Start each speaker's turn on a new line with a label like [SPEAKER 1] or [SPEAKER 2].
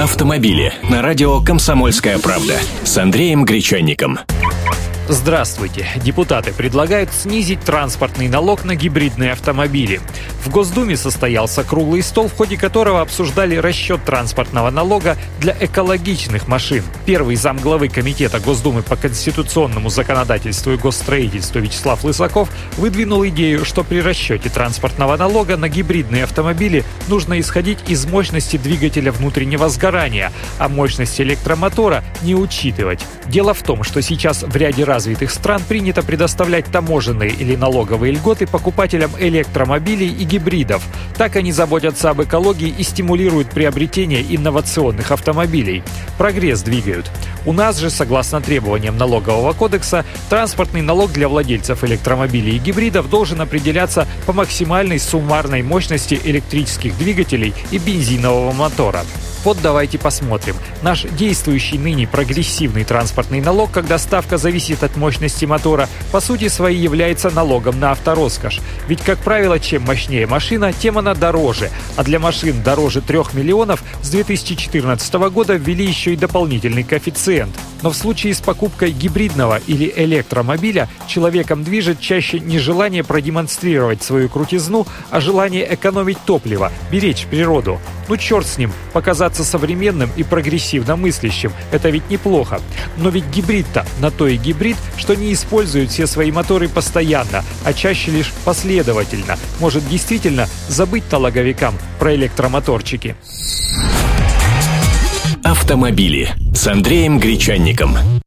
[SPEAKER 1] Автомобили на радио «Комсомольская правда» с Андреем Гречанником.
[SPEAKER 2] Здравствуйте. Депутаты предлагают снизить транспортный налог на гибридные автомобили. В Госдуме состоялся круглый стол, в ходе которого обсуждали расчет транспортного налога для экологичных машин. Первый замглавы Комитета Госдумы по конституционному законодательству и госстроительству Вячеслав Лысаков выдвинул идею, что при расчете транспортного налога на гибридные автомобили нужно исходить из мощности двигателя внутреннего сгорания, а мощность электромотора не учитывать. Дело в том, что сейчас в ряде развитых стран принято предоставлять таможенные или налоговые льготы покупателям электромобилей и гибридов. Так они заботятся об экологии и стимулируют приобретение инновационных автомобилей. Прогресс двигают. У нас же, согласно требованиям налогового кодекса, транспортный налог для владельцев электромобилей и гибридов должен определяться по максимальной суммарной мощности электрических двигателей и бензинового мотора. Вот давайте посмотрим. Наш действующий ныне прогрессивный транспортный налог, когда ставка зависит от мощности мотора, по сути своей является налогом на автороскошь. Ведь, как правило, чем мощнее машина, тем она дороже. А для машин дороже 3 миллионов с 2014 года ввели еще и дополнительный коэффициент. Но в случае с покупкой гибридного или электромобиля человеком движет чаще не желание продемонстрировать свою крутизну, а желание экономить топливо, беречь природу. Ну черт с ним, показаться современным и прогрессивно мыслящим – это ведь неплохо. Но ведь гибрид-то на то и гибрид, что не использует все свои моторы постоянно, а чаще лишь последовательно. Может действительно забыть налоговикам про электромоторчики.
[SPEAKER 1] Автомобили с Андреем Гречанником.